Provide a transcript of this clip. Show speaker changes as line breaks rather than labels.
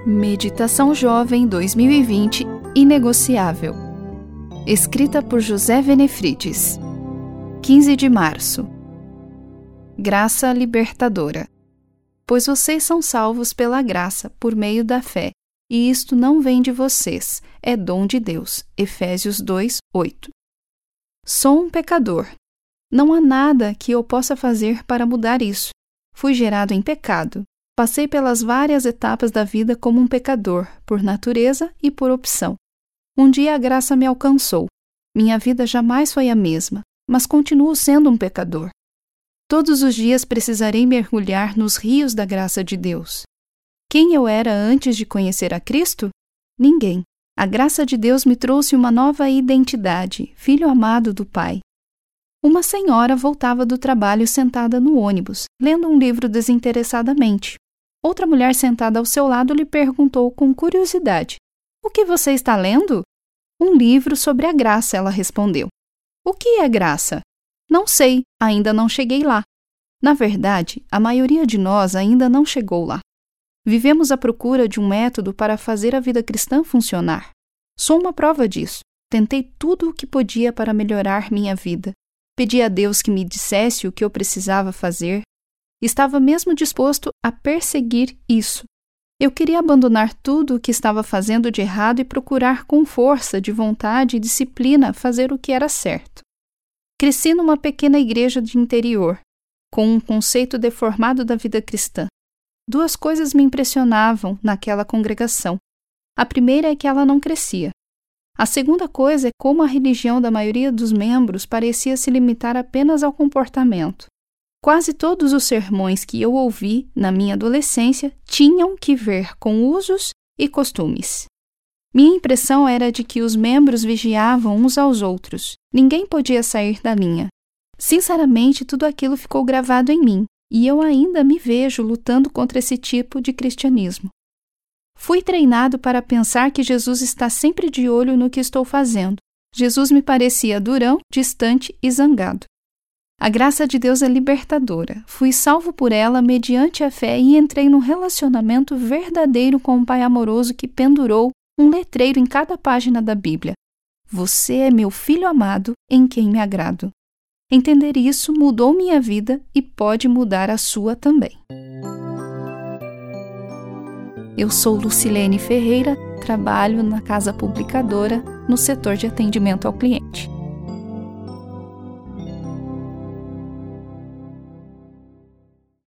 Meditação Jovem 2020 Inegociável. Escrita por José Venefrides. 15 de março. Graça libertadora. Pois vocês são salvos pela graça, por meio da fé, e isto não vem de vocês, é dom de Deus. Efésios 2, 8. Sou um pecador. Não há nada que eu possa fazer para mudar isso. Fui gerado em pecado. Passei pelas várias etapas da vida como um pecador, por natureza e por opção. Um dia a graça me alcançou. Minha vida jamais foi a mesma, mas continuo sendo um pecador. Todos os dias precisarei mergulhar nos rios da graça de Deus. Quem eu era antes de conhecer a Cristo? Ninguém. A graça de Deus me trouxe uma nova identidade, filho amado do Pai. Uma senhora voltava do trabalho sentada no ônibus, lendo um livro desinteressadamente. Outra mulher sentada ao seu lado lhe perguntou com curiosidade: "O que você está lendo?" "Um livro sobre a graça", ela respondeu. "O que é graça?" "Não sei, ainda não cheguei lá." Na verdade, a maioria de nós ainda não chegou lá. Vivemos à procura de um método para fazer a vida cristã funcionar. Sou uma prova disso. Tentei tudo o que podia para melhorar minha vida. Pedi a Deus que me dissesse o que eu precisava fazer. Estava mesmo disposto a perseguir isso. Eu queria abandonar tudo o que estava fazendo de errado e procurar com força de vontade e disciplina fazer o que era certo. Cresci numa pequena igreja de interior, com um conceito deformado da vida cristã. Duas coisas me impressionavam naquela congregação. A primeira é que ela não crescia. A segunda coisa é como a religião da maioria dos membros parecia se limitar apenas ao comportamento. Quase todos os sermões que eu ouvi na minha adolescência tinham que ver com usos e costumes. Minha impressão era de que os membros vigiavam uns aos outros. Ninguém podia sair da linha. Sinceramente, tudo aquilo ficou gravado em mim, e eu ainda me vejo lutando contra esse tipo de cristianismo. Fui treinado para pensar que Jesus está sempre de olho no que estou fazendo. Jesus me parecia durão, distante e zangado. A graça de Deus é libertadora. Fui salvo por ela mediante a fé e entrei num relacionamento verdadeiro com um Pai amoroso que pendurou um letreiro em cada página da Bíblia. Você é meu filho amado, em quem me agrado. Entender isso mudou minha vida e pode mudar a sua também. Eu sou Lucilene Ferreira, trabalho na Casa Publicadora, no setor de atendimento ao cliente.